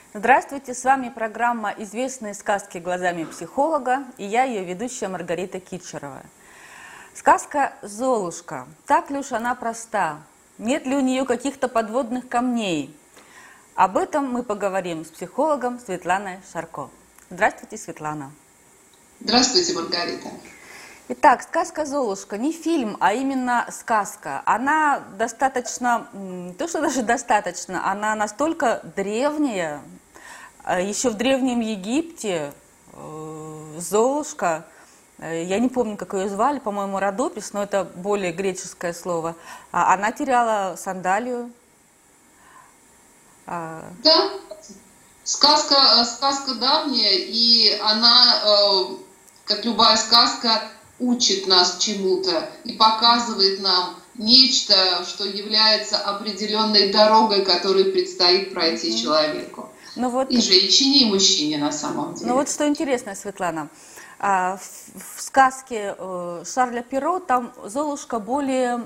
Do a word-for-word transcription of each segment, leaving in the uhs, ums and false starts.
Здравствуйте, с вами программа «Известные сказки глазами психолога» и я, ее ведущая Маргарита Китчерова. Сказка «Золушка». Так ли уж она проста? Нет ли у нее каких-то подводных камней? Об этом мы поговорим с психологом Светланой Шарко. Здравствуйте, Светлана. Здравствуйте, Маргарита. Итак, сказка «Золушка» не фильм, а именно сказка. Она достаточно, не то что даже достаточно, она настолько древняя. Еще в Древнем Египте Золушка, я не помню, как ее звали, по-моему, Родопис, но это более греческое слово, она теряла сандалию. Да, сказка, сказка давняя, и она, как любая сказка, учит нас чему-то и показывает нам нечто, что является определенной дорогой, которую предстоит пройти mm-hmm. человеку. Ну вот, и женщине, и мужчине на самом деле. Ну вот что интересно, Светлана, в, в сказке Шарля Перро там Золушка более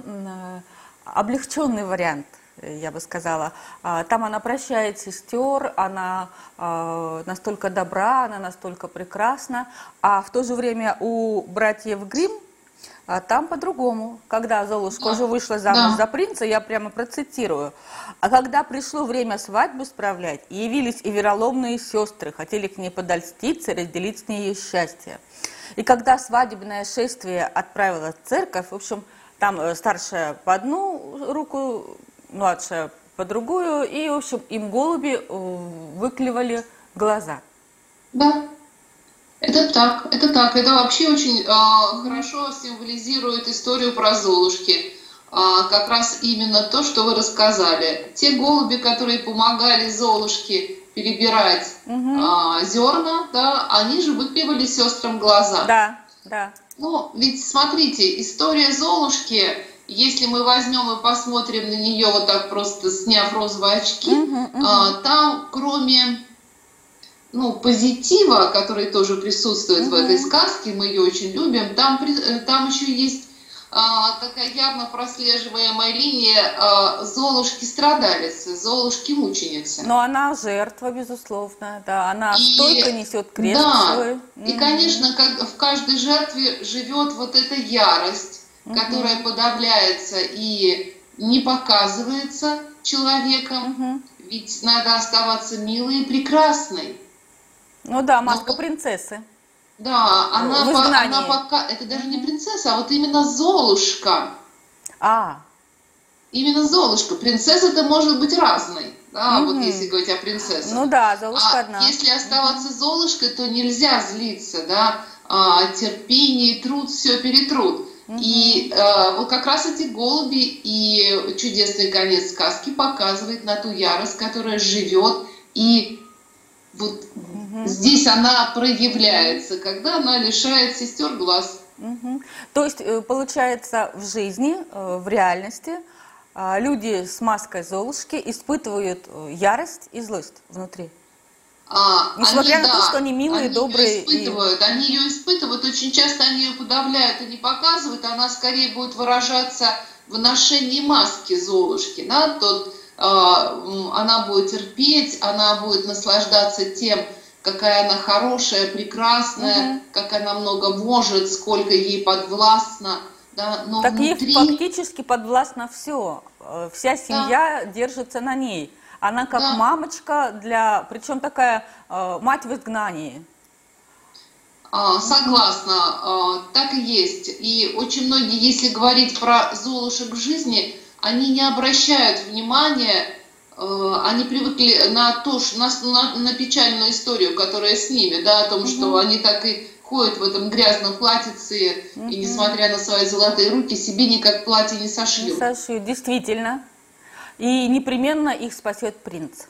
облегченный вариант, я бы сказала. Там она прощает сестер, она настолько добра, она настолько прекрасна, а в то же время у братьев Гримм а там по-другому. Когда Золушка да. уже вышла замуж да. за принца, я прямо процитирую. А когда пришло время свадьбу справлять, явились и вероломные сестры, хотели к ней подольститься и разделить с ней ее счастье. И когда свадебное шествие отправилось в церковь, в общем, там старшая по одну руку, младшая по другую, и, в общем, им голуби выклевали глаза. Да. Это так, это так. Это вообще очень э, хорошо символизирует историю про Золушки. Э, как раз именно то, что вы рассказали. Те голуби, которые помогали Золушке перебирать угу. э, зерна, да, они же выклевали сестрам глаза. Да, да. Ну, ведь смотрите, история Золушки, если мы возьмем и посмотрим на нее вот так просто, сняв розовые очки, угу, угу. Э, там кроме... ну, позитива, который тоже присутствует mm-hmm. в этой сказке, мы ее очень любим, там, там еще есть а, такая явно прослеживаемая линия а, Золушки-страдалицы, Золушки-мученицы. Но она жертва, безусловно, да, она и, стойко несет крест да, свой. Mm-hmm. И, конечно, как, в каждой жертве живет вот эта ярость, mm-hmm. которая подавляется и не показывается человеком, mm-hmm. ведь надо оставаться милой и прекрасной. Ну да, маска Но, принцессы. Да, она, по, она пока... Это даже не принцесса, а вот именно Золушка. А. Именно Золушка. Принцесса-то может быть разной. Да, угу. вот если говорить о принцессе. Ну да, Золушка а одна. Если оставаться угу. Золушкой, то нельзя злиться, да. А, терпение и труд все перетрут. Угу. И а, вот как раз эти голуби и чудесный конец сказки показывает на ту ярость, которая живет и вот угу. здесь она проявляется, когда она лишает сестер глаз. Угу. То есть, получается, в жизни, в реальности, люди с маской Золушки испытывают ярость и злость внутри. А, Несмотря они, на да, то, что они милые, они добрые. Ее испытывают, и... Они ее испытывают, очень часто они ее подавляют и не показывают, она скорее будет выражаться в ношении маски Золушки. Да? Тот, она будет терпеть, она будет наслаждаться тем, какая она хорошая, прекрасная, угу. как она много может, сколько ей подвластно. Да? Но так внутри... ей фактически подвластно все. Вся семья да. держится на ней. Она как да. мамочка, для, причем такая э, мать в изгнании. А, согласна, а, так и есть. И очень многие, если говорить про Золушек в жизни, они не обращают внимания, э, они привыкли на то, на, на, на печальную историю, которая с ними, да, о том, угу. что они так и ходят в этом грязном платьице, угу. и несмотря на свои золотые руки, себе никак платье не сошьют. Не сошьют, действительно. И непременно их спасет принц.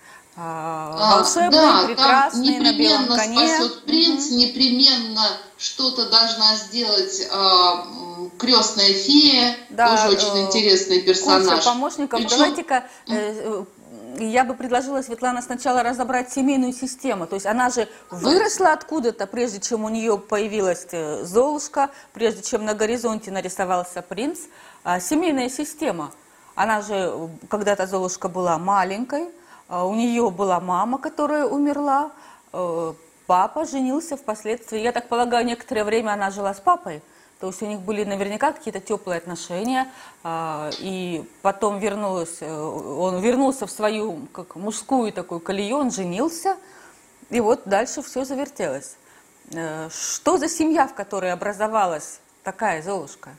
А, волшебный, да, прекрасный, там непременно на белом коне. Спасет принц, угу. непременно что-то должна сделать а, крестная фея, да, тоже очень э, интересный персонаж. Куча помощников. Причем... Давайте-ка э, я бы предложила, Светлана, сначала разобрать семейную систему. То есть она же выросла откуда-то, прежде чем у нее появилась Золушка, прежде чем на горизонте нарисовался принц. А, семейная система. Она же, когда-то Золушка была маленькой, А у нее была мама, которая умерла, э, папа женился впоследствии. Я так полагаю, некоторое время она жила с папой. То есть у них были наверняка какие-то теплые отношения, а, и потом вернулась, э, он вернулся в свою как мужскую такую колею, он женился, и вот дальше все завертелось. Э, Что за семья, в которой образовалась такая Золушка?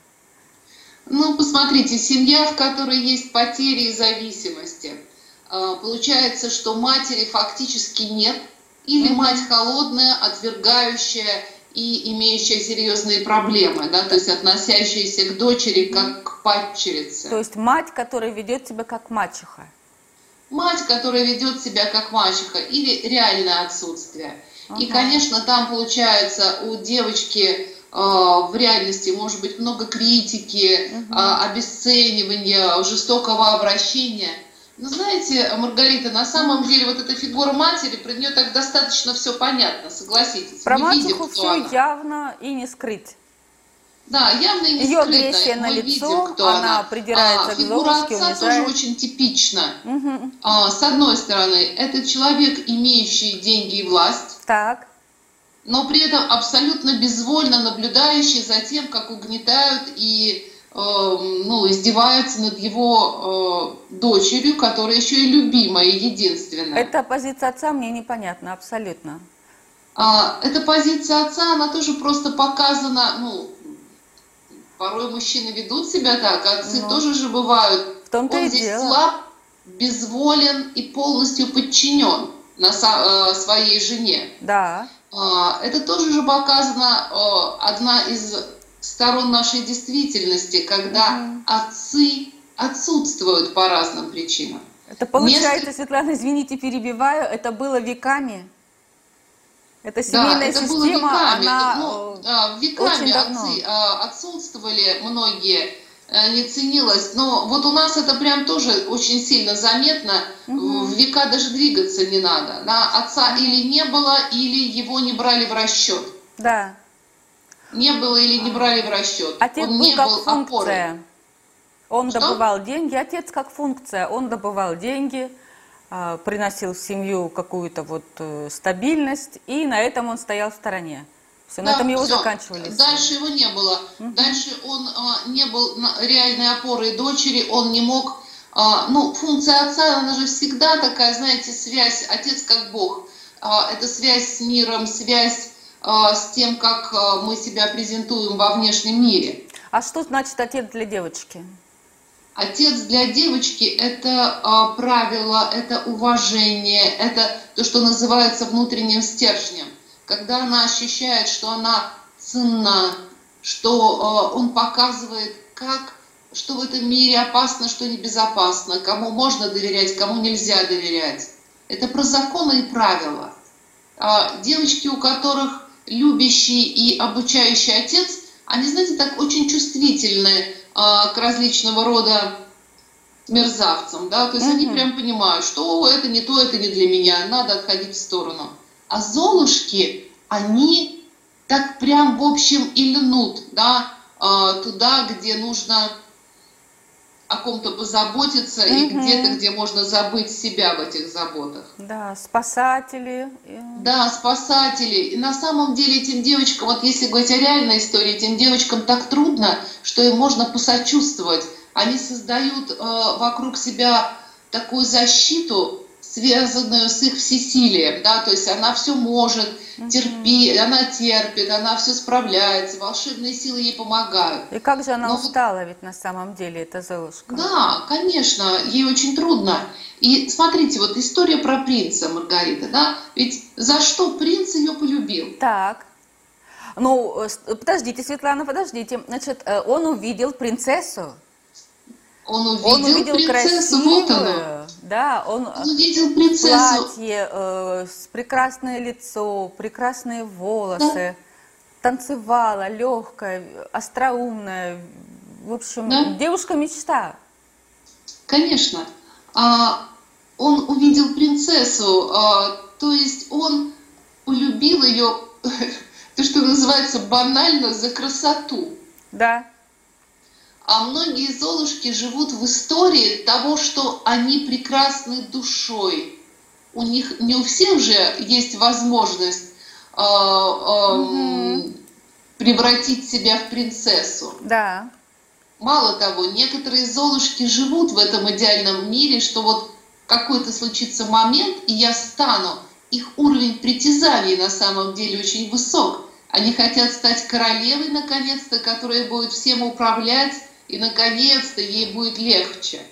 Ну, посмотрите, семья, в которой есть потери и зависимости. А, Получается, что матери фактически нет, или мать холодная, отвергающая и имеющая серьезные проблемы, да, то есть относящаяся к дочери как к падчерице. То есть мать, которая ведет себя как мачеха. Мать, которая ведет себя как мачеха, или реальное отсутствие. И, Ага. конечно, там получается у девочки э, в реальности может быть много критики, э, обесценивания, жестокого обращения. Но знаете, Маргарита, на самом деле вот эта фигура матери, про нее так достаточно все понятно, согласитесь. Про Мы видим, мачеху кто все она. явно и не скрыть. Да, явно и не Ее скрытно. агрессия Мы налицо, видим, кто она она. придирается А, к фигура Золушке, отца тоже унижает. очень типична. Мгм. А, с одной стороны, это человек, имеющий деньги и власть, Так. но при этом абсолютно безвольно наблюдающий за тем, как угнетают и э, ну, издеваются над его э, дочерью, которая еще и любимая, и единственная. Эта позиция отца мне непонятна абсолютно. А, эта позиция отца, она тоже просто показана, ну, порой мужчины ведут себя так, а отцы Ну, тоже же бывают. в том-то Он и здесь дело. слаб, безволен и полностью подчинен на со- э, своей жене. Да. А, Это тоже же показано э, одна из сторон нашей действительности, когда отцы отсутствуют по разным причинам. Это получается, Несколько- Светлана, извините, перебиваю, это было веками. Эта Да, семейная это было система, веками. она Это, ну, да, очень веками давно. отцы а, отсутствовали многие, э, не ценилось. Но вот у нас это прям тоже очень сильно заметно. В века даже двигаться не надо. Да? Отца или не было, или его не брали в расчет. Да. Не было или не брали в расчет. Отец Он был не как был опорой. функция. Он Что? добывал деньги, отец как функция. Он добывал деньги, а, приносил в семью какую-то вот э, стабильность, и на этом он стоял в стороне. Все, на Да, этом его всё. заканчивались. Дальше его не было. Дальше он а, не был на- реальной опорой дочери, он не мог. а, ну, функция отца, она же всегда такая, знаете, связь, отец как Бог. А, это связь с миром, связь а, с тем, как а, мы себя презентуем во внешнем мире. А что значит отец для девочки? Отец для девочки – это а, правило, это уважение, это то, что называется внутренним стержнем. Когда она ощущает, что она ценна, что а, он показывает, как, что в этом мире опасно, что небезопасно, кому можно доверять, кому нельзя доверять. Это про законы и правила. А, девочки, у которых любящий и обучающий отец, они, знаете, так очень чувствительны а, к различного рода мерзавцам, да, то есть они прям понимают, что это не то, это не для меня, надо отходить в сторону. А Золушки, они так прям в общем и льнут, да, а, туда, где нужно о ком-то позаботиться и где-то, где можно забыть себя в этих заботах. Да, спасатели. э, Да, спасатели. И на самом деле этим девочкам, вот если говорить о реальной истории, этим девочкам так трудно, что им можно посочувствовать. Они создают э, вокруг себя такую защиту, связанную с их всесилием, да, то есть она все может, терпи, она терпит, она все справляется, волшебные силы ей помогают. И как же она Но вот- устала ведь на самом деле, эта Золушка? Да, конечно, ей очень трудно. И смотрите, вот история про принца, Маргарита, да, ведь за что принц ее полюбил? Так. Ну, э, с- подождите, Светлана, подождите. Значит, э, он увидел принцессу. Он увидел, Он увидел принцессу, вот оно. красивую. Да, он э, Он увидел принцессу. платье, э, с прекрасное лицо, прекрасные волосы, танцевала, легкая, остроумная. В общем, Да. девушка-мечта. Конечно. А, он увидел принцессу, а, то есть он полюбил ее, то, что называется, банально за красоту. Да. А многие Золушки живут в истории того, что они прекрасны душой, у них не у всех же есть возможность э, э, Мгм. превратить себя в принцессу. Да. Мало того, некоторые золушки живут в этом идеальном мире, что вот какой-то случится момент, и я стану. Их уровень притязаний на самом деле очень высок. Они хотят стать королевой, наконец-то, которая будет всем управлять, и, наконец-то, ей будет легче.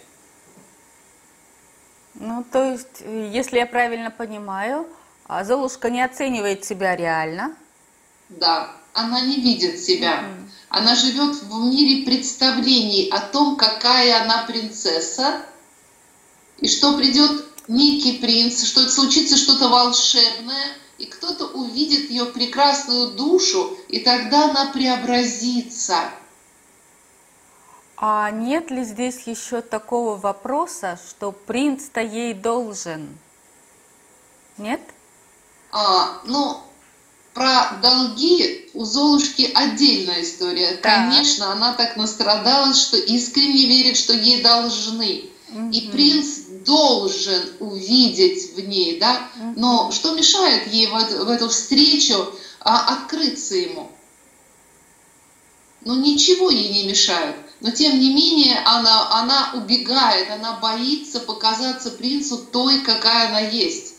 Ну, то есть, э, если я правильно понимаю, а, Золушка не оценивает себя реально. Да, она не видит себя. Она живет в мире представлений о том, какая она принцесса, и что придет некий принц, что случится что-то волшебное, и кто-то увидит ее прекрасную душу, и тогда она преобразится. А нет ли здесь еще такого вопроса, что принц-то ей должен? Нет? А, ну, про долги у Золушки отдельная история. Так. Конечно, она так настрадалась, что искренне верит, что ей должны. И принц должен увидеть в ней, да? Но что мешает ей в эту, в эту встречу а, открыться ему? Ну, ничего ей не мешает. Но, тем не менее, она, она убегает, она боится показаться принцу той, какая она есть.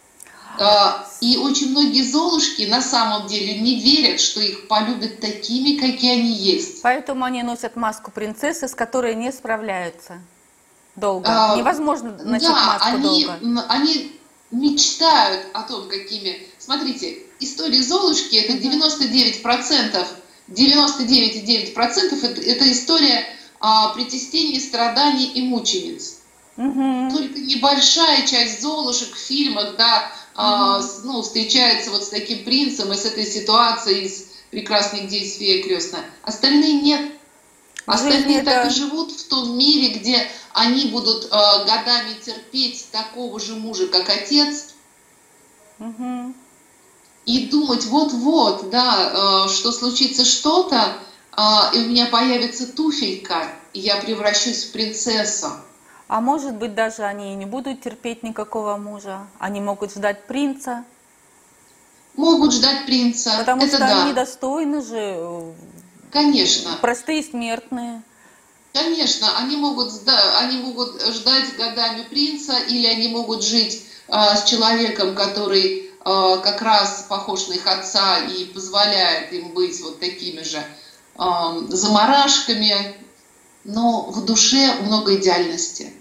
А, И очень многие золушки на самом деле не верят, что их полюбят такими, какие они есть. Поэтому они носят маску принцессы, с которой не справляются долго. А, Невозможно носить Да, маску они, долго. м, они мечтают о том, какими... Смотрите, история Золушки — это девяносто девять процентов, девяносто девять целых девять десятых процентов это, это история а, притеснений, страданий и мучениц. Мгм. Только небольшая часть Золушек в фильмах, да, а, с- ну, встречается вот с таким принцем и с этой ситуацией из «Прекрасных девять фея крестная». Остальные нет. В жизни Остальные так и это... живут в том мире, где они будут а, годами терпеть такого же мужа, как отец, Мгм. и думать, вот-вот, да, а, что случится что-то, а, и у меня появится туфелька, и я превращусь в принцессу. А может быть, даже они и не будут терпеть никакого мужа. Они могут ждать принца, Могут ждать принца, потому это что да, они достойны же, э, конечно. простые смертные. Конечно, они могут, сда- они могут ждать годами принца, или они могут жить а, с человеком, который а, как раз похож на их отца и позволяет им быть вот такими же а, заморашками, но в душе много идеальности.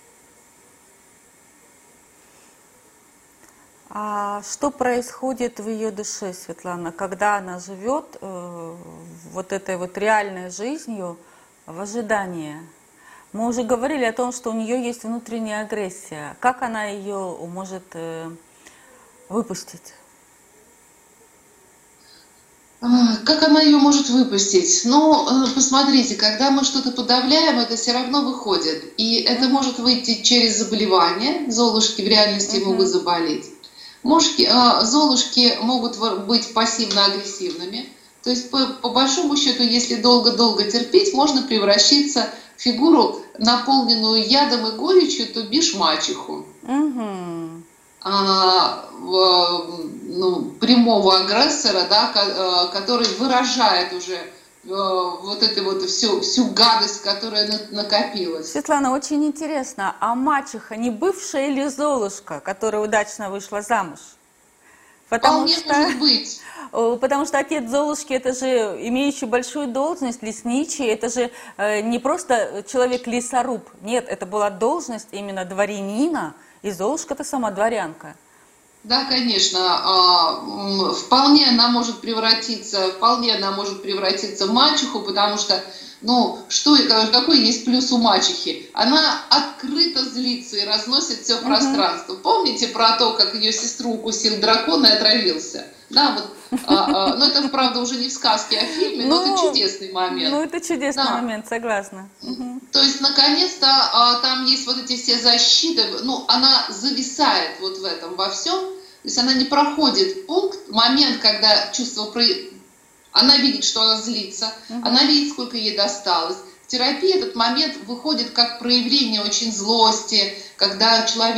А что происходит в ее душе, Светлана, когда она живет э, вот этой вот реальной жизнью в ожидании? Мы уже говорили о том, что у нее есть внутренняя агрессия. Как она ее может э, выпустить? А, Как она ее может выпустить? Ну, э, посмотрите, когда мы что-то подавляем, это все равно выходит. И это может выйти через заболевание. Золушки в реальности Мгм. могут заболеть. Мушки, а, золушки могут вор- быть пассивно-агрессивными. То есть, по, по большому счету, если долго-долго терпеть, можно превратиться в фигуру, наполненную ядом и горечью, то бишь мачеху. Мгм. а, в, ну, прямого агрессора, да, ко- э, который выражает уже э, вот эту вот всю, всю гадость, которая на- накопилась. Светлана, очень интересно, а мачеха не бывшая или Золушка, которая удачно вышла замуж? Потому Вполне что, может быть. э, потому что отец Золушки, это же имеющий большую должность, лесничий, это же э, не просто человек-лесоруб, нет, это была должность именно дворянина, и Золушка-то сама дворянка. Да, конечно, а, м, вполне она может превратиться, вполне она может превратиться в мачеху, потому что, ну, что, какой есть плюс у мачехи? Она открыто злится и разносит все Мгм. пространство. Помните про то, как ее сестру укусил дракон и отравился? Да, вот, а, а, но это, правда, уже не в сказке, а в фильме, но это Ну, чудесный момент. ну, это чудесный Да. момент, согласна. Мгм. То есть, наконец-то, а, там есть вот эти все защиты, ну, она зависает вот в этом во всем, то есть она не проходит пункт, момент, когда чувство, про- она видит, что она злится, она видит, сколько ей досталось. В терапии этот момент выходит как проявление очень злости, когда человек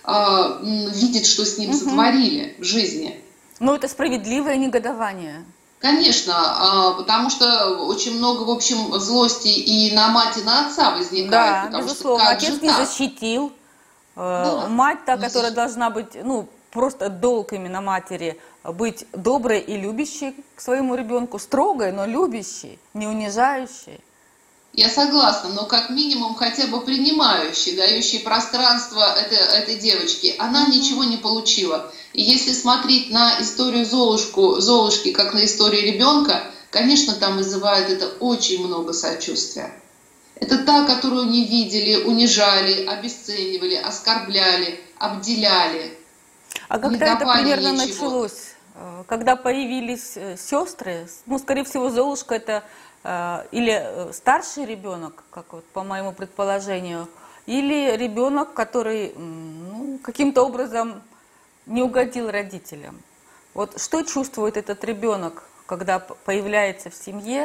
а, видит, что с ним сотворили в жизни. Ну, это справедливое негодование. Конечно, а, потому что очень много, в общем, злости и на мать, и на отца возникает. Да, Потому безусловно. что как Отец же не так? защитил. Э, Да, Мать та, не которая защ- должна быть, ну, просто долг именно матери, быть доброй и любящей к своему ребенку, строгой, но любящей, не унижающей. Я согласна, но как минимум хотя бы принимающий, дающий пространство этой, этой девочке, она ничего не получила. И если смотреть на историю Золушку, Золушки как на историю ребенка, конечно, там вызывает это очень много сочувствия. Это та, которую не видели, унижали, обесценивали, оскорбляли, обделяли, А не когда это давали примерно ей чего-то. началось? Э, Когда появились э, сестры, ну, скорее всего, Золушка это э, или э, старший ребенок, как вот по моему предположению, или ребенок, который м, ну, каким-то образом не угодил родителям. Вот что чувствует этот ребенок, когда п- появляется в семье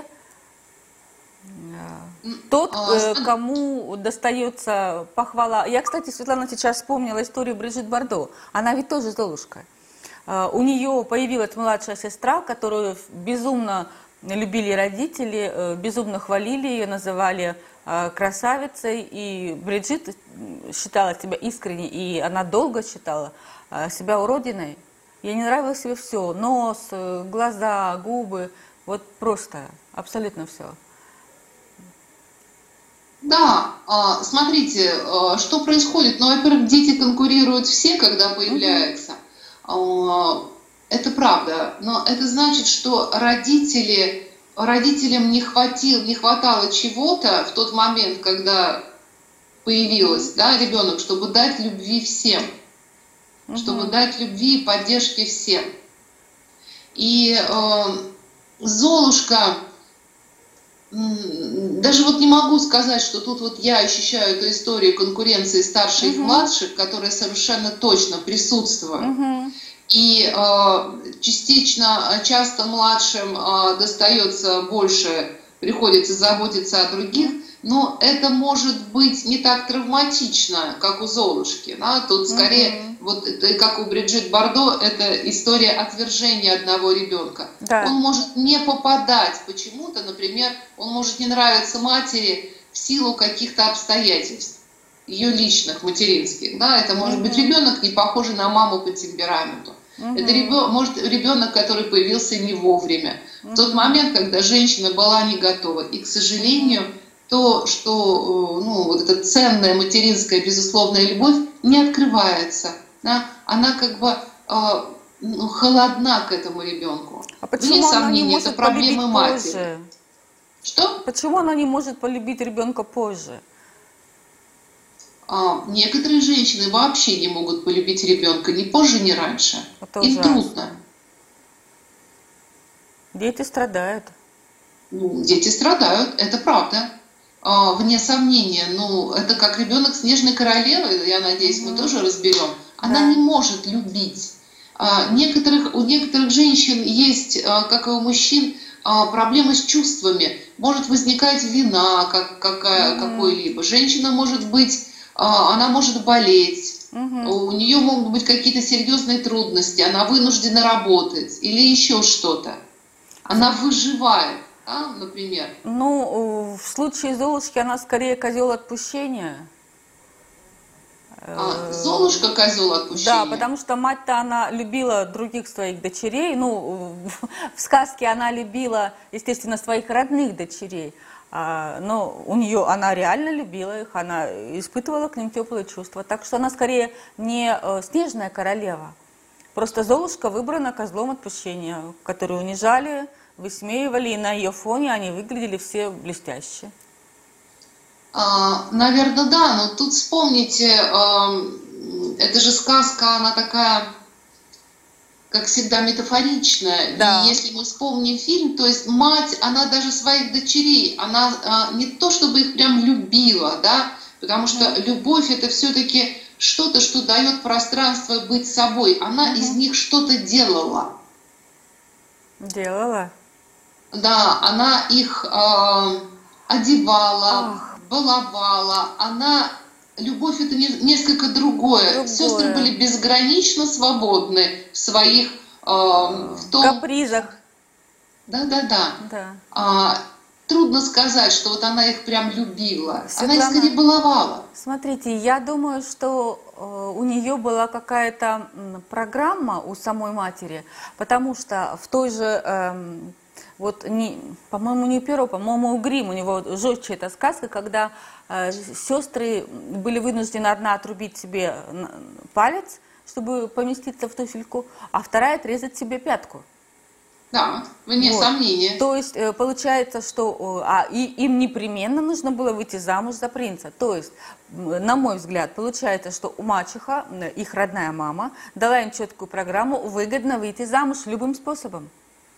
тот, А, э, см- кому достается похвала. Я, кстати, Светлана, сейчас вспомнила историю Брижит Бардо. Она ведь тоже Золушка. Э, У нее появилась младшая сестра, которую безумно любили родители, э, безумно хвалили ее, называли э, красавицей. И Бриджит считала себя искренней, и она долго считала э, себя уродиной. Ей не нравилось себе все. Нос, э, глаза, губы. Вот просто, абсолютно все. Да, а, смотрите, а, что происходит. Ну, во-первых, дети конкурируют все, когда появляются. А, Это правда. Но это значит, что родители, родителям не хватило, не хватало чего-то в тот момент, когда появилась, да, ребенок, чтобы дать любви всем, чтобы дать любви и поддержки всем. И э, Золушка, м, даже вот не могу сказать, что тут вот я ощущаю эту историю конкуренции старших и младших, которая совершенно точно присутствует. Мгм. И э, частично, э, часто младшим э, достается больше, приходится заботиться о других, но это может быть не так травматично, как у Золушки. Да? Тут скорее, Мгм. вот это, как у Бриджит Бардо, это история отвержения одного ребенка. Он Да. может не попадать почему-то, например, он может не нравиться матери в силу каких-то обстоятельств, ее личных, материнских. Да? Это может быть ребенок, не похожий на маму по темпераменту. Это ребенок, может ребенок, который появился не вовремя, в тот момент, когда женщина была не готова. И, к сожалению, то, что ну, вот эта ценная материнская безусловная любовь не открывается. Да? Она как бы э, ну, холодна к этому ребенку. А Вне почему она не сомнения, это может полюбить проблемы матери. позже? Что? Почему она не может полюбить ребенка позже? А, некоторые женщины вообще не могут полюбить ребенка ни позже, ни раньше. Это Им ужасно. трудно. Дети страдают. Ну, дети страдают, это правда. А, вне сомнения. Ну, это как ребенок Снежной королевы, я надеюсь, мы тоже разберем. Она Да. не может любить. А, некоторых, у некоторых женщин есть, а, как и у мужчин, а, проблемы с чувствами. Может возникать вина как, какая, какой-либо. Женщина может быть, а, она может болеть. У нее могут быть какие-то серьезные трудности. Она вынуждена работать или еще что-то. Она выживает, да, например. Ну, в случае Золушки она скорее козел отпущения. А, Золушка козел отпущения. Да, потому что мать-то она любила других своих дочерей. Ну, в сказке она любила, естественно, своих родных дочерей. А, но у нее она реально любила их, она испытывала к ним теплые чувства. Так что она скорее не э, снежная королева. Просто Золушка выбрана козлом отпущения, который унижали, высмеивали, и на ее фоне они выглядели все блестяще. А, наверное, да, но тут вспомните, эм, это же сказка, она такая, как всегда, метафоричная. Да. И если мы вспомним фильм, то есть мать, она даже своих дочерей, она а, не то чтобы их прям любила, да, потому что любовь это все-таки что-то, что дает пространство быть собой. Она из них что-то делала. Делала. Да, она их э, одевала, Ах. баловала, она любовь это не, несколько другое. Другое. Сестры были безгранично свободны в своих э, в том... капризах. Да, да, да. Да. А, трудно сказать, что вот она их прям любила. Светлана, она их скорее баловала. Смотрите, я думаю, что э, у нее была какая-то м, программа у самой матери, потому что в той же, э, вот, не, по-моему, не Перо, по-моему, у Грим, у него жестче эта сказка, когда э, сестры были вынуждены одна отрубить себе палец, чтобы поместиться в туфельку, а вторая отрезать себе пятку. Да, вне Вот. сомнения. То есть э, получается, что а, и, им непременно нужно было выйти замуж за принца. То есть, м, на мой взгляд, получается, что у мачеха, м, их родная мама, дала им четкую программу выгодно выйти замуж любым способом.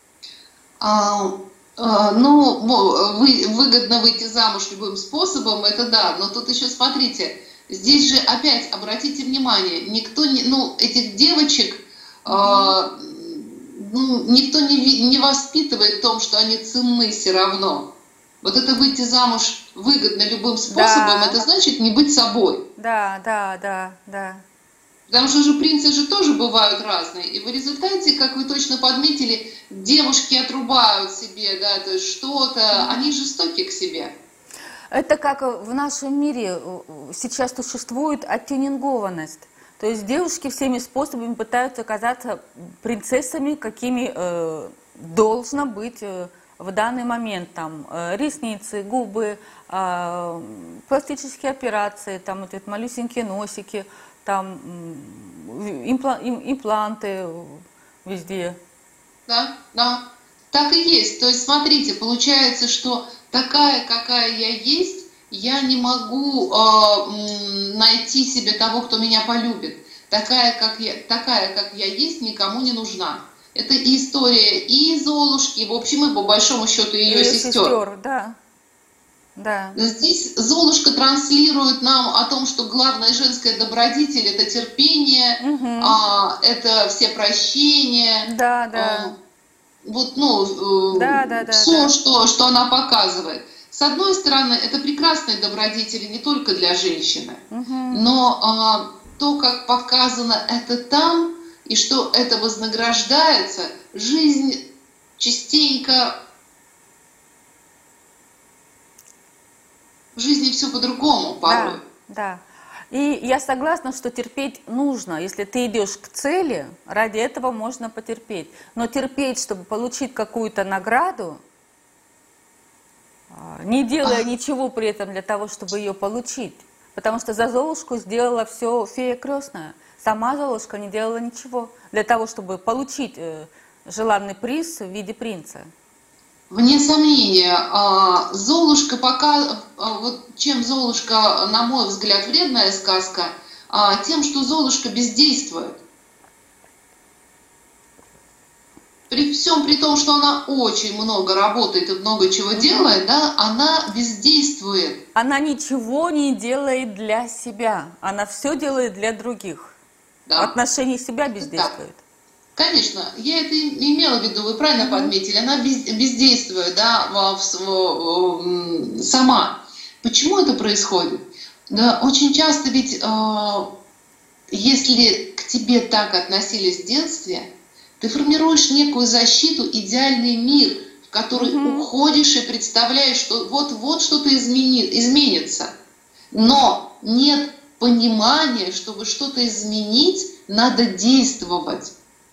А, а, ну, мо- вы, выгодно выйти замуж любым способом, это да, но тут еще смотрите, здесь же опять обратите внимание, никто не, ну, этих девочек, а, ну, никто не, ви- не воспитывает в том, что они ценны все равно. Вот это выйти замуж выгодно любым способом, Да. это значит не быть собой. Да, да, да, да. Потому что же принцы же тоже бывают разные. И в результате, как вы точно подметили, девушки отрубают себе, да, то есть что-то, они жестоки к себе. Это как в нашем мире э, сейчас существует оттюнингованность. То есть девушки всеми способами пытаются оказаться принцессами, какими э, должно быть э, в данный момент. Там э, ресницы, губы, э, пластические операции, там вот эти малюсенькие носики, там м, импла- им- импланты везде. Да, да, так и есть. То есть, смотрите, получается, что такая, какая я есть, я не могу э, м, найти себе того, кто меня полюбит. Такая, как я, такая, как я есть, никому не нужна. Это и история и Золушки, в общем, и по большому счету ее Её сестер. сестер, да. Да. Здесь Золушка транслирует нам о том, что главная женская добродетель – это терпение, Мгм. а, это все прощения. Да, да. а, Вот, ну, э, Да, да, да, все, да. что, что она показывает. С одной стороны, это прекрасные добродетели не только для женщины, Мгм. но а, то, как показано это там, и что это вознаграждается, жизнь частенько... В жизни все по-другому порой. Да, да. И я согласна, что терпеть нужно. Если ты идешь к цели, ради этого можно потерпеть. Но терпеть, чтобы получить какую-то награду, а, не делая ничего при этом для того, чтобы ее получить. Потому что за Золушку сделала все фея крестная. Сама Золушка не делала ничего для того, чтобы получить э, желанный приз в виде принца. Вне сомнения, а, Золушка пока, а, вот чем Золушка, на мой взгляд, вредная сказка, а, тем, что Золушка бездействует. При всем при том, что она очень много работает и много чего делает, да, она бездействует. Она ничего не делает для себя, она все делает для других. В Да. отношении себя бездействует. Конечно, я это и имела в виду, вы правильно Мгм. подметили, она без- бездействует, да, во- в сво- м, сама. Почему это происходит? Да, очень часто ведь, э, если к тебе так относились в детстве, ты формируешь некую защиту, идеальный мир, в который Мгм. уходишь и представляешь, что вот-вот что-то измени- изменится. Но нет понимания, чтобы что-то изменить, надо действовать.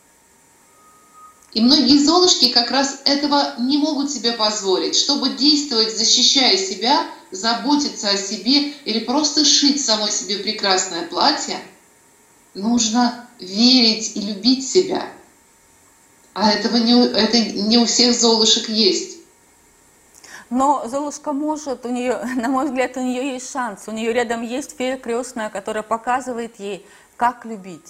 И многие Золушки как раз этого не могут себе позволить. Чтобы действовать, защищая себя, заботиться о себе или просто шить самой себе прекрасное платье, нужно верить и любить себя. А этого не, у- это не у всех Золушек есть. Но Золушка может, у нее, на мой взгляд, у нее есть шанс. У нее рядом есть фея крестная, которая показывает ей, как любить.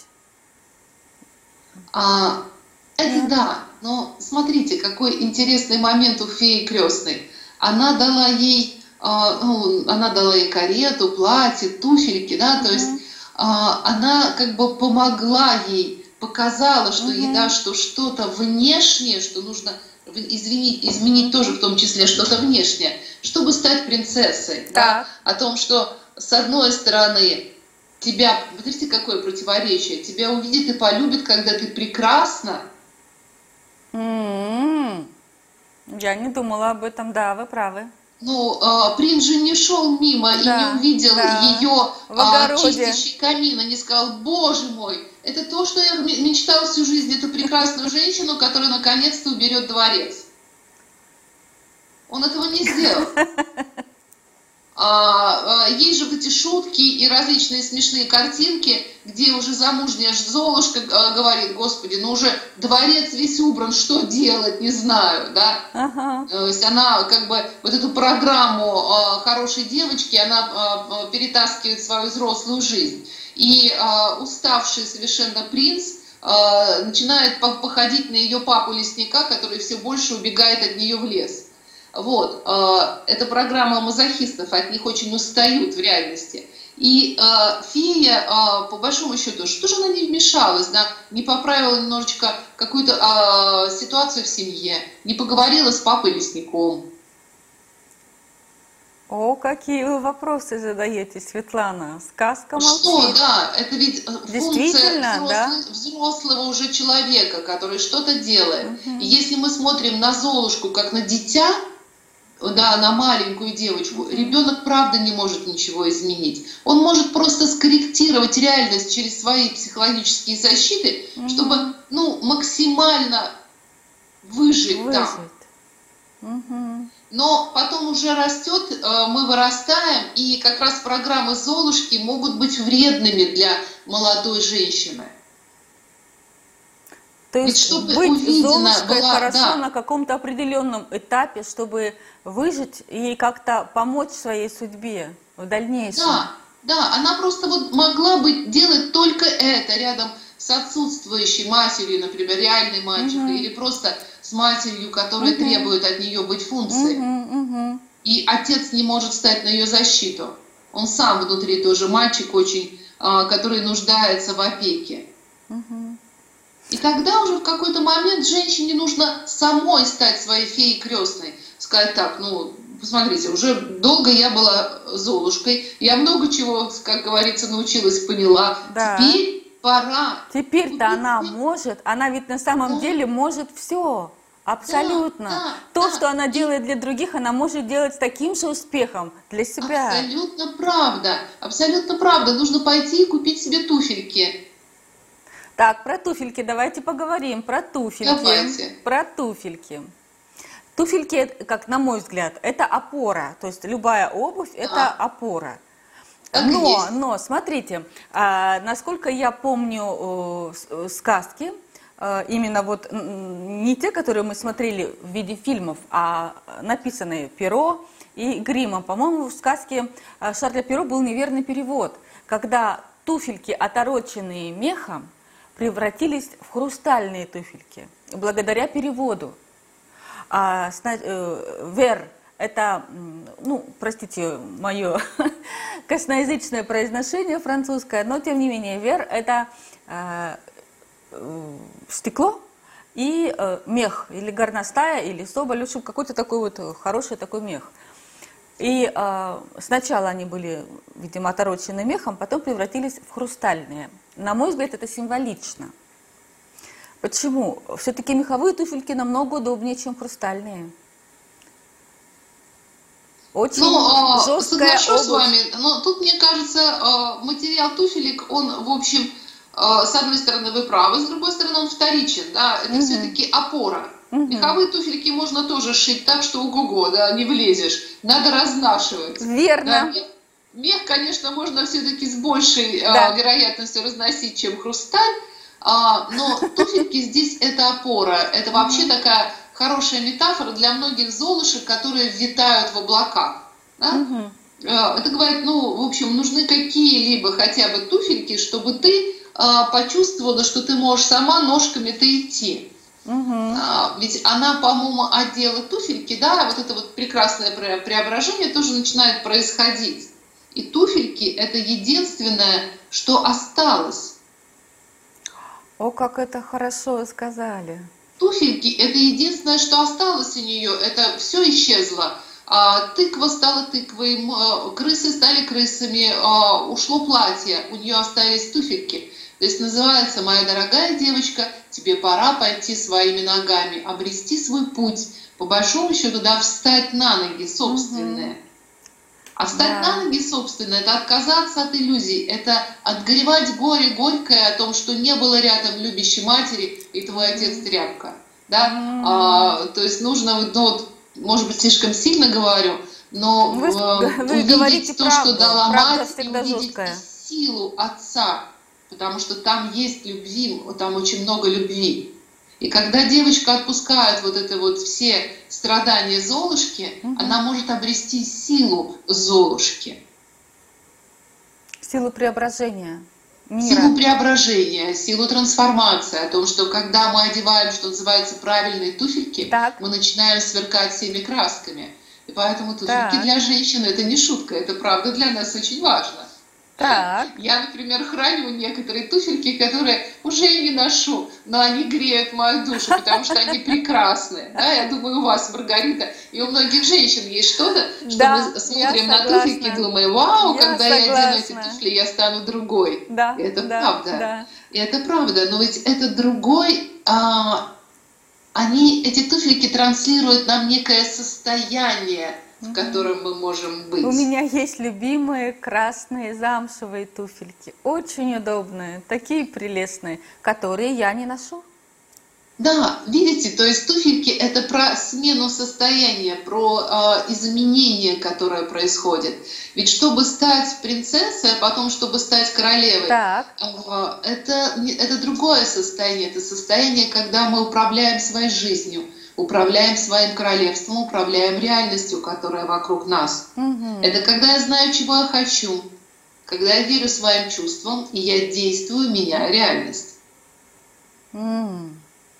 А, это Нет. да, но смотрите, какой интересный момент у феи крестной. Она дала ей, а, ну, она дала ей карету, платье, туфельки, да, то есть а, она как бы помогла ей, показала, что ей, Мгм. да, что что-то внешнее, что нужно в- изменить, изменить тоже в том числе что-то внешнее, чтобы стать принцессой, да, Так. о том, что с одной стороны, тебя, смотрите, какое противоречие, тебя увидит и полюбит, когда ты прекрасна. М-м-м. Я не думала об этом, да, вы правы. Ну, э, принц же не шел мимо и Да, не увидел да. ее В э, огороде. чистящий камин, и не сказал: боже мой, это то, что я м- мечтал всю жизнь, эту прекрасную женщину, которая наконец-то уберет дворец. Он этого не сделал. А, а, есть же вот эти шутки и различные смешные картинки, где уже замужняя Золушка а, говорит: господи, ну уже дворец весь убран, что делать, не знаю, да. Ага. То есть она как бы вот эту программу а, хорошей девочки, она а, перетаскивает в свою взрослую жизнь. И а, уставший совершенно принц а, начинает походить на ее папу лесника, который все больше убегает от нее в лес. Вот, э, это программа мазохистов, от них очень устают в реальности. И э, фея, э, по большому счету, что же она не вмешалась, да, не поправила немножечко какую-то э, ситуацию в семье, не поговорила с папой лесником. О, какие вы вопросы задаете, Светлана. Сказка молчит. Что, да, это ведь функция Действительно, да? взрослого, взрослого уже человека, который что-то делает. Мгм. И если мы смотрим на Золушку как на дитя, да, на маленькую девочку, ребенок правда не может ничего изменить. Он может просто скорректировать реальность через свои психологические защиты, Мгм. чтобы, ну, максимально выжить, Выжить. там. Мгм. Но потом уже растет, э, мы вырастаем, и как раз программы Золушки могут быть вредными для молодой женщины. То Ведь есть чтобы быть увидена Золушкой была, хорошо да, на каком-то определенном этапе, чтобы выжить и как-то помочь своей судьбе в дальнейшем. да, да, она просто вот могла бы делать только это рядом с отсутствующей матерью, например, реальной мачехой, Мгм. или просто с матерью, которая Мгм. требует от нее быть функцией. Мгм, мгм. И отец не может встать на ее защиту. Он сам внутри тоже мальчик очень, а, который нуждается в опеке. Мгм. И тогда уже в какой-то момент женщине нужно самой стать своей феей крестной. Сказать: так, ну, посмотрите, уже долго я была Золушкой, я много чего, как говорится, научилась, поняла. Да. Теперь пора. Теперь-то купить она себе- может, она ведь на самом Да. деле может все. Абсолютно. Да, То, да, что она и- делает для других, она может делать с таким же успехом для себя. Абсолютно правда. Абсолютно правда. Нужно пойти и купить себе туфельки. Так, про туфельки давайте поговорим. Про туфельки. Давайте. Про туфельки. Туфельки, как на мой взгляд, это опора. То есть любая обувь это Да. опора. Так и Но, есть. но, смотрите, а, насколько я помню э, с- э, сказки, э, именно вот м, не те, которые мы смотрели в виде фильмов, а написанные Перо и Гримом. По-моему, в сказке э, Шарля Перо был неверный перевод, когда туфельки, отороченные мехом, превратились в хрустальные туфельки, благодаря переводу. А, сна- э, вер – это, м, ну, простите, мое косноязычное произношение французское, но тем не менее, вер – это э, э, стекло и э, мех, или горностая, или соболь, в общем, какой-то такой вот хороший такой мех. И э, сначала они были, видимо, оторочены мехом, потом превратились в хрустальные. На мой взгляд, это символично. Почему? Все-таки меховые туфельки намного удобнее, чем хрустальные. Очень Ну, а, жесткая соглашусь с обувь. вами, но тут, мне кажется, а, материал туфелек, он, в общем, а, с одной стороны, вы правы, с другой стороны, он вторичен, да, это Мгм. все-таки опора. Мгм. Меховые туфельки можно тоже шить так, что ого-го, да, не влезешь, надо разнашивать. Да, Верно. мех, мех, конечно, можно все-таки с большей Да. а, вероятностью разносить, чем хрусталь, а, но туфельки здесь это опора, это вообще такая хорошая метафора для многих золушек, которые витают в облаках. Да? Мгм. Э, Это говорит, ну, в общем, нужны какие-либо хотя бы туфельки, чтобы ты а, почувствовала, что ты можешь сама ножками-то идти. Мгм. А, ведь она, по-моему, одела туфельки, да, вот это вот прекрасное пре- преображение тоже начинает происходить. И туфельки – это единственное, что осталось. О, как это хорошо вы сказали. Туфельки – это единственное, что осталось у нее, это все исчезло. А, тыква стала тыквой, м, а, крысы стали крысами, а, ушло платье, у нее остались туфельки. То есть называется: моя дорогая девочка, тебе пора пойти своими ногами, обрести свой путь, по большому счету, да, встать на ноги собственные. Мгм. А встать Да. на ноги собственно — это отказаться от иллюзий, это отгоревать горе горькое о том, что не было рядом любящей матери, и твой отец тряпка. Да? М. А, то есть нужно, ну, вот, может быть, слишком сильно говорю, Вы, с- но г- э, вы говорите увидеть то, что правду. дала Правда мать, и всегда увидеть и жесткая. силу отца, потому что там есть любви, там очень много любви. И когда девочка отпускает вот это вот все страдания Золушки, Мгм. она может обрести силу Золушки, Силу преображения силу мира. преображения, силу трансформации, о том, что когда мы одеваем, что называется, правильные туфельки, Так, мы начинаем сверкать всеми красками. И поэтому туфельки так, для женщины — это не шутка, это правда для нас очень важно. так. Я, например, храню некоторые туфельки, которые уже и не ношу, но они греют мою душу, потому что они прекрасны. Да, я думаю, у вас, Маргарита, и у многих женщин есть что-то, что мы Да, я смотрим на туфельки и согласна. думаем: вау, Я когда я одену эти согласна. туфли, я стану другой. И Да, это да, правда. да. И это правда. Но ведь это другой, а, они, эти туфельки транслируют нам некое состояние, в Мгм. котором мы можем У быть. меня есть любимые красные замшевые туфельки. Очень удобные, такие прелестные, которые я не ношу. Да, видите, то есть туфельки — это про смену состояния, про э, изменение, которое происходит. Ведь чтобы стать принцессой, а потом чтобы стать королевой, Так. э, это, не- это другое состояние. Это состояние, когда мы управляем своей жизнью, управляем своим королевством, управляем реальностью, которая вокруг нас. Мгм. Это когда я знаю, чего я хочу, когда я верю своим чувствам, и я действую, меняя реальность. М.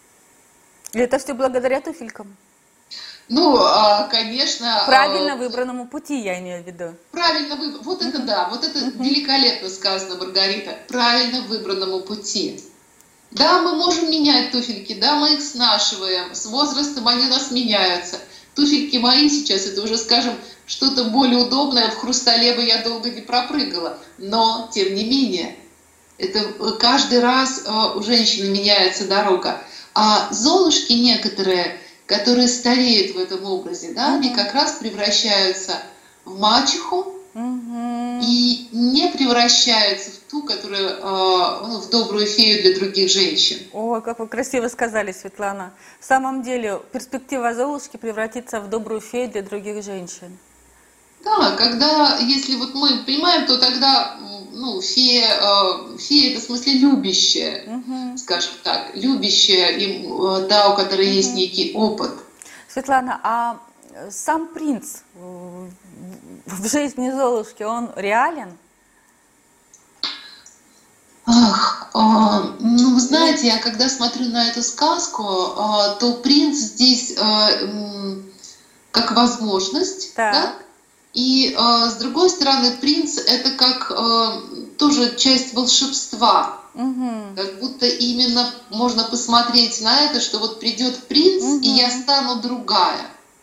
И это все благодаря туфелькам. Ну, а, конечно, Правильно а, выбранному пути, я имею в виду. правильно выбран. Вот это да, вот это Мгм. великолепно сказано, Маргарита. Правильно выбранному пути. Да, мы можем менять туфельки, да, мы их снашиваем. С возрастом они у нас меняются. Туфельки мои сейчас — это уже, скажем, что-то более удобное. В хрустале бы я долго не пропрыгала. Но, тем не менее, это э, каждый раз э, у женщины меняется дорога. А золушки некоторые, которые стареют в этом образе, да, они Мгм. как раз превращаются в мачеху Мгм. и не превращаются в ту, которая, э, ну, в добрую фею для других женщин. Ой, как вы красиво сказали, Светлана. В самом деле, перспектива Золушки превратиться в добрую фею для других женщин. Да, когда, если вот мы понимаем, то тогда, м, ну, фея, э, фея — это в смысле любящая, Мгм. скажем так, любящая, и, э, та, у которой есть Мгм. некий опыт. Светлана, а э, сам принц в в жизни Золушки, он реален? Ах, а, ну, вы Или знаете, я когда смотрю на эту сказку, а, то принц здесь а, м, как возможность, да? так? И а, с другой стороны, принц — это как а, тоже часть волшебства. Мгм. Как будто именно можно посмотреть на это, что вот придет принц, и я Мгм. стану другая.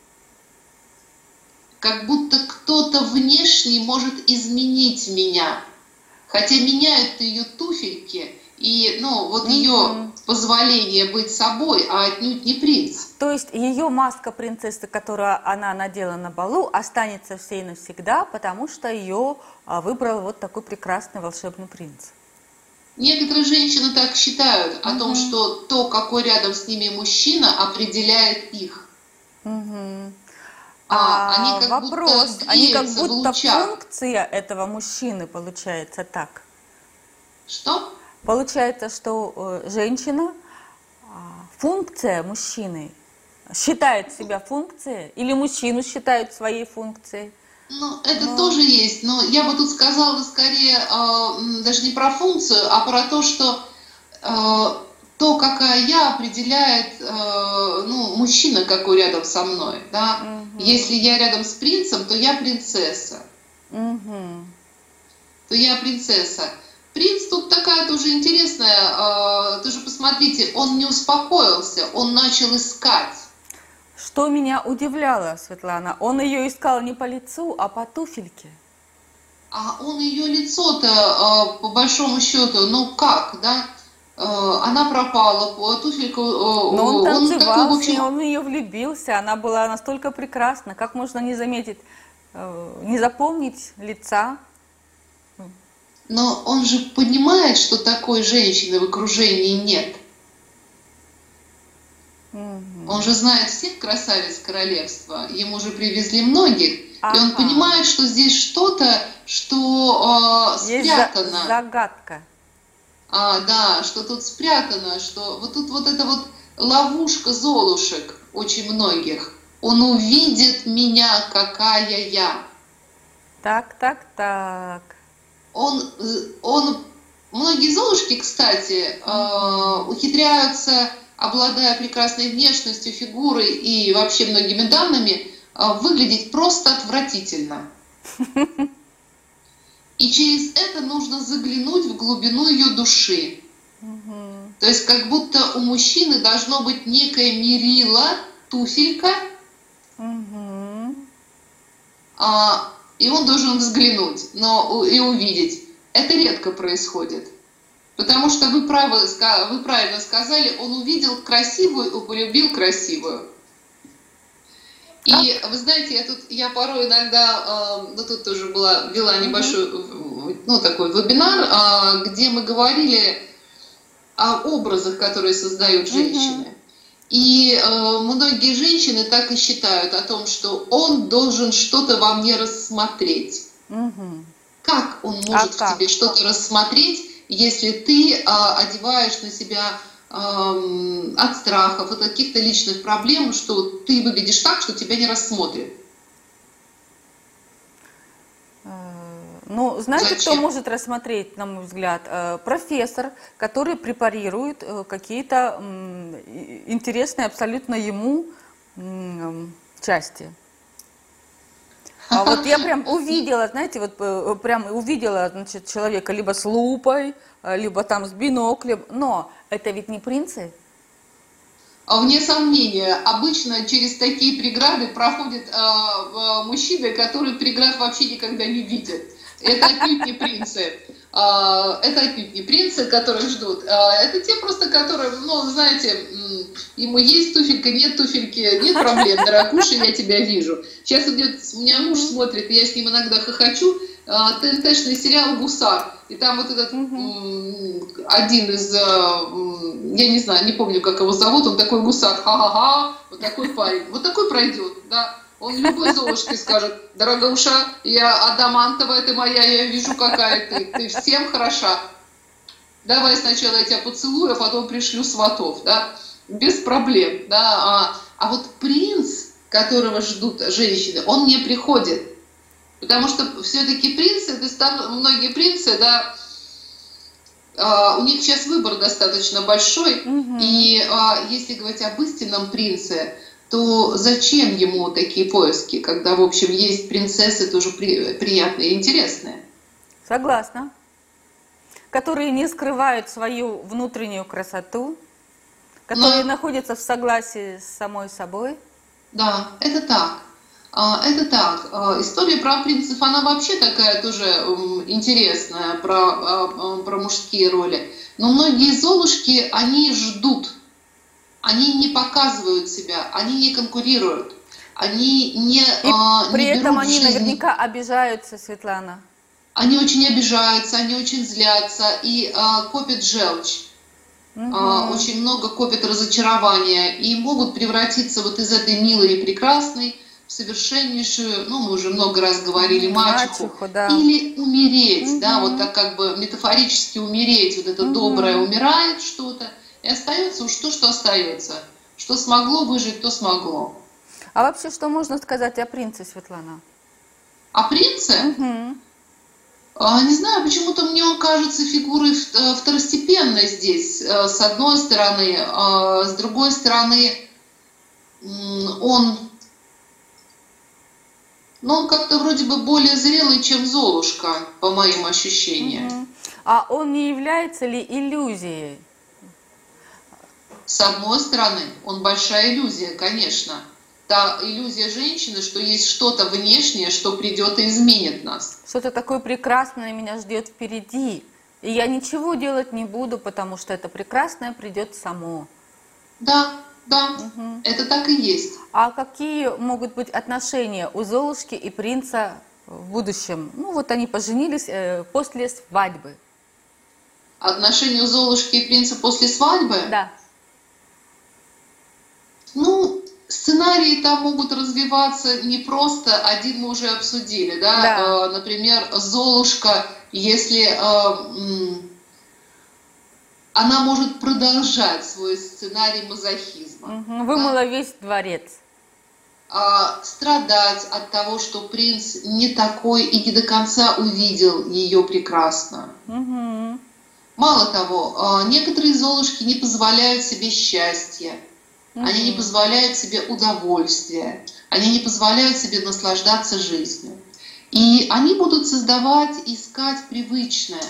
Как будто кто-то внешний может изменить меня. Хотя меняют ее туфельки и, ну, вот ее Мгм. позволение быть собой, а отнюдь не принц. То есть ее маска принцессы, которую она надела на балу, останется всей навсегда, потому что ее а, выбрал вот такой прекрасный волшебный принц. Некоторые женщины так считают о том, Мгм. что то, какой рядом с ними мужчина, определяет их. Мгм. А они А как будто вопрос, они как греются в будто лучах. функция этого мужчины, получается так. Что? Получается, что э, женщина, а, функция мужчины, считает себя функцией, или мужчину считают своей функцией. Ну, это Но... тоже есть, но я бы тут сказала скорее э, м, даже не про функцию, а про то, что э, то, какая я, определяет э, ну, мужчина, какой рядом со мной. Да? Мгм. Если я рядом с принцем, то я принцесса. Мгм. То я принцесса. Принц тут такая тоже интересная, э, тоже посмотрите, он не успокоился, он начал искать. что меня удивляло, Светлана, он ее искал не по лицу, а по туфельке. А он ее лицо-то, по большому счету, ну как, да? Она пропала, туфелька... Но он танцевал, такой, в общем... он в нее влюбился, она была настолько прекрасна. Как можно не заметить, не запомнить лица? Но он же понимает, что такой женщины в окружении нет. Угу. Он же знает всех красавиц королевства, ему же привезли многих. Ага. И он понимает, что здесь что-то, что э, спрятано. Есть загадка. А, да, что тут спрятано, что вот тут вот эта вот ловушка золушек очень многих. Он увидит меня, какая я. Так, так, так. Он, он, многие золушки, кстати, э, ухитряются, обладая прекрасной внешностью, фигурой и вообще многими данными, э, выглядеть просто отвратительно. И через это нужно заглянуть в глубину ее души. Угу. То есть как будто у мужчины должно быть некое мерило, туфелька, угу. а, и он должен взглянуть но, и увидеть. Это редко происходит. Потому что вы, правы, вы правильно сказали, он увидел красивую и полюбил красивую. И а? Вы знаете, я тут я порой иногда, ну тут тоже была, вела небольшой, ну такой вебинар, где мы говорили о образах, которые создают женщины. Угу. И многие женщины так и считают о том, что он должен что-то во мне рассмотреть. Угу. Как он может а в тебе что-то рассмотреть, если ты одеваешь на себя от страхов, от каких-то личных проблем, что ты выглядишь так, что тебя не рассмотрят? Ну, знаете, Зачем? Кто может рассмотреть, на мой взгляд? Профессор, который препарирует какие-то интересные абсолютно ему части. А вот я прям увидела, знаете, вот прям увидела, значит, человека либо с лупой, либо там с биноклем, но это ведь не принцы. Вне сомнения, обычно через такие преграды проходят э, мужчины, которые преград вообще никогда не видят. Это отнюдь не принцы. Это отнюдь не принцы, которых ждут. Это те просто, которые, ну, знаете, ему есть туфелька, нет туфельки, нет проблем, дорогуша, я тебя вижу. Сейчас идет, у меня муж смотрит, и я с ним иногда хохочу, ТНТ-шный сериал «Гусар». И там вот этот один из, я не знаю, не помню, как его зовут, он такой гусар, ха-ха-ха, вот такой парень. Вот такой пройдет, да. Он любой золушке скажет: дорогуша, я адамантовая, ты моя, я вижу, какая ты, ты всем хороша. Давай сначала я тебя поцелую, а потом пришлю сватов, да, без проблем, да. А, а вот принц, которого ждут женщины, он не приходит, потому что все-таки принцы, это многие принцы, да, Uh, у них сейчас выбор достаточно большой, угу. И uh, если говорить об истинном принце, то зачем ему такие поиски, когда, в общем, есть принцессы тоже при, приятные и интересные? Согласна. Которые не скрывают свою внутреннюю красоту, которые Но... находятся в согласии с самой собой. Да, это так. Это так. История про принцев, она вообще такая тоже интересная, про, про мужские роли. Но многие золушки, они ждут. Они не показывают себя, они не конкурируют. Они не, И а, при не этом они жизни. наверняка обижаются, Светлана. Они очень обижаются, они очень злятся и а, копят желчь. Угу. А, очень много копят разочарования и могут превратиться вот из этой милой и прекрасной в совершеннейшую, ну, мы уже много раз говорили, мачеху, мачеху да. Или умереть, угу. да, вот так как бы метафорически умереть, вот это угу. доброе умирает что-то, и остается уж то, что остается. Что смогло выжить, то смогло. А вообще, что можно сказать о принце, Светлана? О принце? Угу. А, не знаю, почему-то мне он кажется фигурой второстепенной здесь, с одной стороны. А с другой стороны, он, ну, он как-то вроде бы более зрелый, чем Золушка, по моим ощущениям. Угу. А он не является ли иллюзией? С одной стороны, он большая иллюзия, конечно. та иллюзия женщины, что есть что-то внешнее, что придет и изменит нас. Что-то такое прекрасное меня ждет впереди. И я ничего делать не буду, потому что это прекрасное придет само. Да, да, Угу. это так и есть. А какие могут быть отношения у Золушки и принца в будущем? Ну вот они поженились э, после свадьбы. Отношения у Золушки и принца после свадьбы? Да. Ну, сценарии там могут развиваться не просто, один мы уже обсудили, да, Да. Э, например, Золушка, если э, м, она может продолжать свой сценарий мазохизма, Угу. да, Вымыла весь дворец. а, страдать от того, что принц не такой и не до конца увидел ее прекрасно. Угу. Мало того, а, некоторые Золушки не позволяют себе счастья, они не Угу. позволяют себе удовольствия, они не позволяют себе наслаждаться жизнью. И они будут создавать, искать привычное.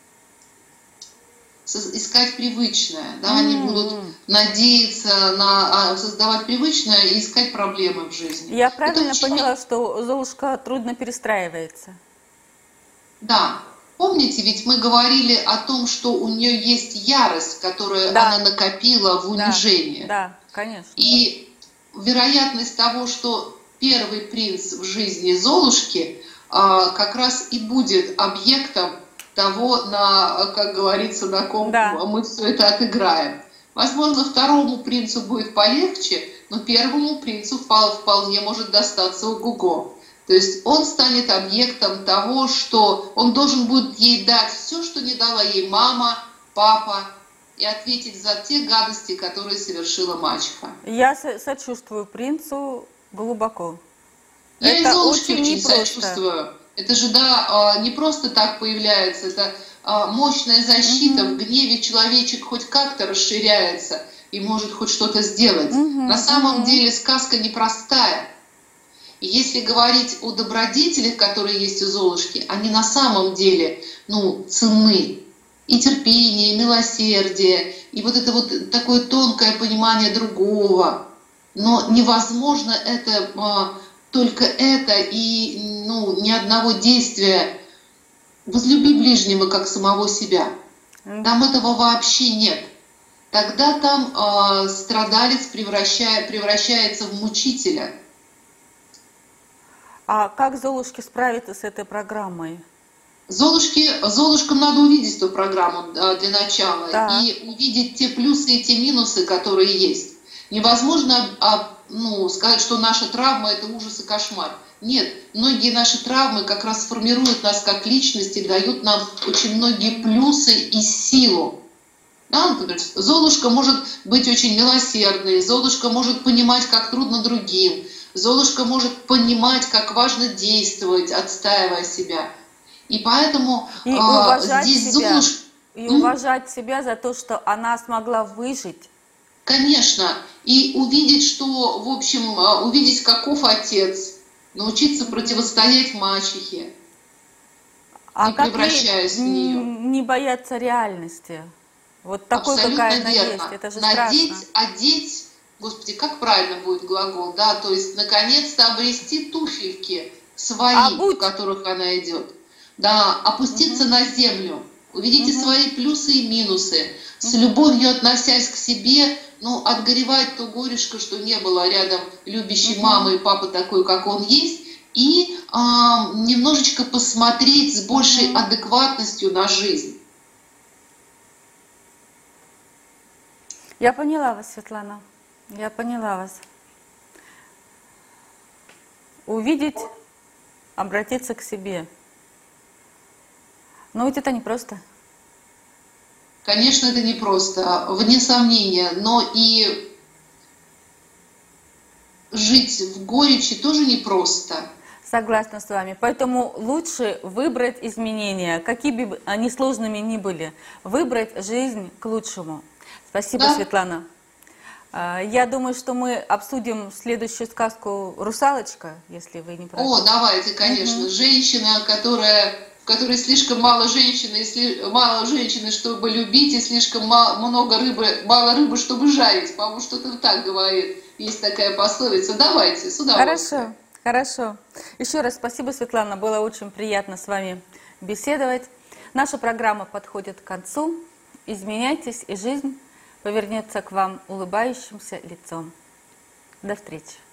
Со- Искать привычное. Да? Они будут М. надеяться на а, создавать привычное и искать проблемы в жизни. Я Это правильно очень... поняла, что Золушка трудно перестраивается? Да. Помните, ведь мы говорили о том, что у нее есть ярость, которую Да. она накопила в Да, унижении. да, конечно. И вероятность того, что первый принц в жизни Золушки а, как раз и будет объектом того, на, как говорится, на ком Да. мы все это отыграем. Возможно, второму принцу будет полегче, но первому принцу впол- вполне может достаться ого-го. То есть он станет объектом того, что он должен будет ей дать все, что не дала ей мама, папа, и ответить за те гадости, которые совершила мачеха. Я со- сочувствую принцу глубоко. Я и Это Золушке очень очень непросто. сочувствую. Это же, да, а, не просто так появляется, это а, мощная защита. В гневе человечек хоть как-то расширяется и может хоть что-то сделать. Мгм, На самом мгм. деле сказка непростая. И если говорить о добродетелях, которые есть у Золушки, они на самом деле, ну, ценны. И терпение, и милосердие, и вот это вот такое тонкое понимание другого. Но невозможно это, а, только это и ну, ни одного действия. Возлюби ближнего, как самого себя. М. Там этого вообще нет. Тогда там а, страдалец превращая, превращается в мучителя. А как Золушке справиться с этой программой? Золушке, Золушкам надо увидеть эту программу а, для начала Так. и увидеть те плюсы и те минусы, которые есть. Невозможно а, ну, сказать, что наша травма – это ужас и кошмар. Нет, многие наши травмы как раз формируют нас как личности, дают нам очень многие плюсы и силу. Да, например, Золушка может быть очень милосердной, Золушка может понимать, как трудно другим, Золушка может понимать, как важно действовать, отстаивая себя. И поэтому И а, уважать здесь себя. Золушка... И М? уважать себя за то, что она смогла выжить. Конечно. И увидеть, что, в общем, а, увидеть, каков отец, научиться противостоять мачехе, А не как ей превращаясь в нее. м, не бояться реальности? Вот такой, Абсолютно какая она верно. есть. Это же Надеть, страшно. одеть, господи, как правильно будет глагол, да, то есть наконец-то обрести туфельки свои, Обуть. в которых она идет. Да, опуститься на землю, увидите Мгм. свои плюсы и минусы, с любовью относясь к себе, ну, отгоревать то горюшко, что не было рядом любящей Мгм. мамы и папы такой, как он есть, и а, немножечко посмотреть с большей Мгм. адекватностью на жизнь. Я поняла вас, Светлана. Я поняла вас. Увидеть, обратиться к себе. Но ведь это непросто. Конечно, это непросто, вне сомнения, но и жить в горечи тоже непросто. Согласна с вами. Поэтому лучше выбрать изменения, какие бы они сложными ни были. Выбрать жизнь к лучшему. Спасибо, Да. Светлана. А, Я думаю, что мы обсудим следующую сказку «Русалочка», если вы не против. О, давайте, конечно, женщина, которая, в которой слишком мало женщины, и сли- мало женщины, чтобы любить, и слишком ма- много рыбы, мало рыбы, чтобы жарить. По-моему, что-то так говорит Есть такая пословица. Давайте, с удовольствием. Хорошо, хорошо. Еще раз спасибо, Светлана. Было очень приятно с вами беседовать. Наша программа подходит к концу. Изменяйтесь, и жизнь повернется к вам улыбающимся лицом. До встречи.